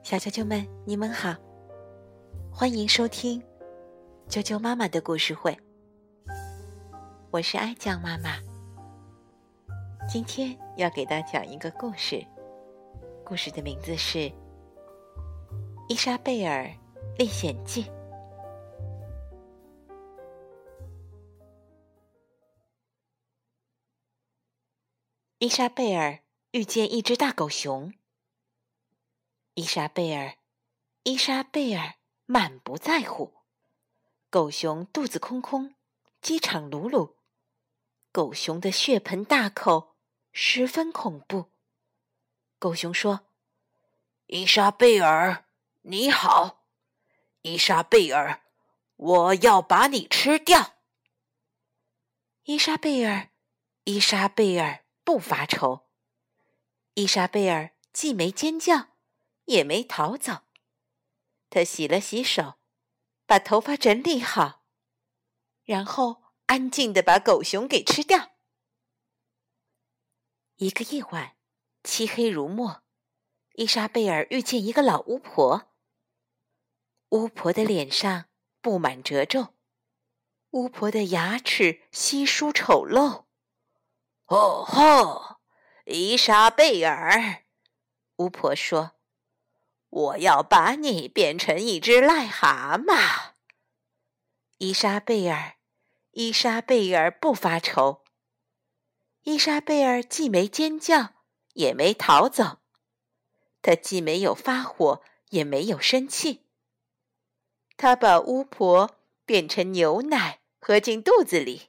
小啾啾们，你们好，欢迎收听啾啾妈妈的故事会。我是爱酱妈妈，今天要给大家讲一个故事，故事的名字是《伊莎贝尔历险记》。伊莎贝尔遇见一只大狗熊。伊莎贝尔满不在乎。狗熊肚子空空，饥肠辘辘。狗熊的血盆大口十分恐怖。狗熊说：“ 伊莎贝尔，你好。伊莎贝尔，我要把你吃掉。” 伊莎贝尔不发愁。伊莎贝尔既没尖叫，也没逃走。她洗了洗手，把头发整理好，然后安静地把狗熊给吃掉。一个夜晚，漆黑如墨，伊莎贝尔遇见一个老巫婆。巫婆的脸上布满褶皱，巫婆的牙齿稀疏丑陋。 “哦吼，伊莎贝尔！” 巫婆说，“ 我要把你变成一只癞蛤蟆。” 伊莎贝尔不发愁。伊莎贝尔既没尖叫，也没逃走。她既没有发火，也没有生气。她把巫婆变成牛奶，喝进肚子里。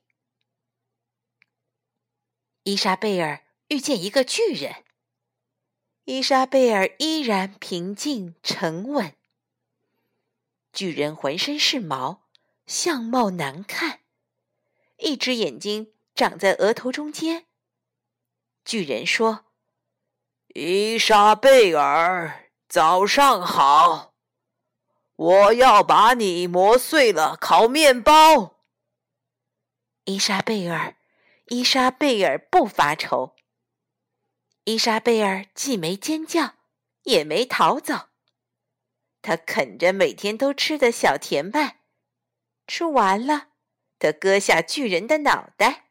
伊莎贝尔遇见一个巨人。伊莎贝尔依然平静沉稳。巨人浑身是毛，相貌难看，一只眼睛长在额头中间。巨人说：“ 伊莎贝尔，早上好！我要把你磨碎了烤面包。” 伊莎贝尔不发愁。伊莎贝尔既没尖叫，也没逃走。她啃着每天都吃的小甜麦，吃完了，她割下巨人的脑袋。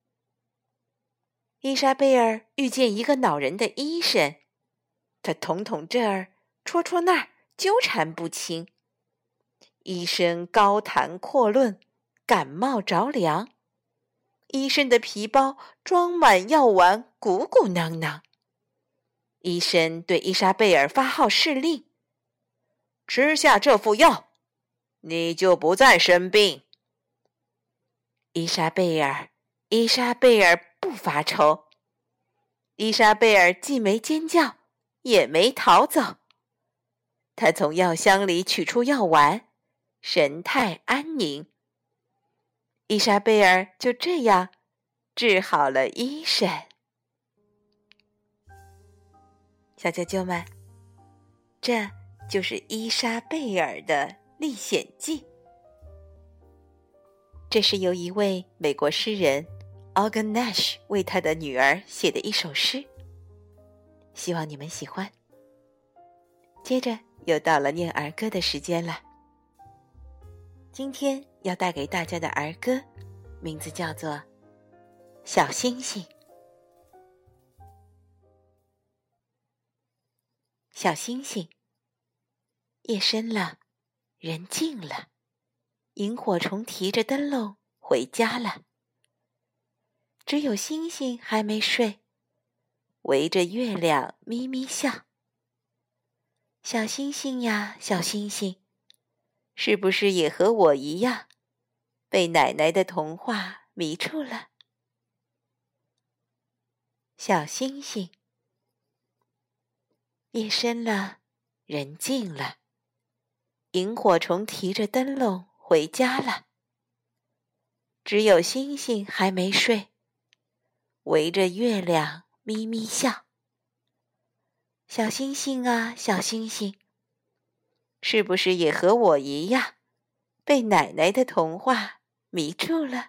伊莎贝尔遇见一个恼人的医生，他捅这儿，戳那儿，纠缠不清。医生高谈阔论，感冒着凉。医生的皮包装满药丸，鼓鼓囊囊。医生对伊莎贝尔发号施令：“ 吃下这副药，你就不再生病。” 伊莎贝尔不发愁。伊莎贝尔既没尖叫，也没逃走。她从药箱里取出药丸，神态安宁。伊莎贝尔就这样治好了医生。小啾啾们，这就是伊莎贝尔的历险记。这是由一位美国诗人Algernon Nash 为他的女儿写的一首诗，希望你们喜欢。接着又到了念儿歌的时间了。今天要带给大家的儿歌名字叫做《小星星》。小星星，夜深了，人静了，萤火虫提着灯笼回家了。只有星星还没睡，围着月亮咪咪笑。小星星呀，小星星，是不是也和我一样，被奶奶的童话迷住了？小星星，夜深了，人静了，萤火虫提着灯笼回家了。只有星星还没睡，围着月亮咪咪笑。小星星啊，小星星，是不是也和我一样，被奶奶的童话迷住了？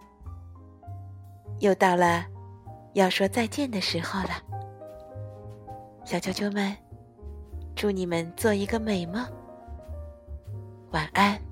又到了要说再见的时候了。 小啾啾们，祝你们做一个美梦，晚安。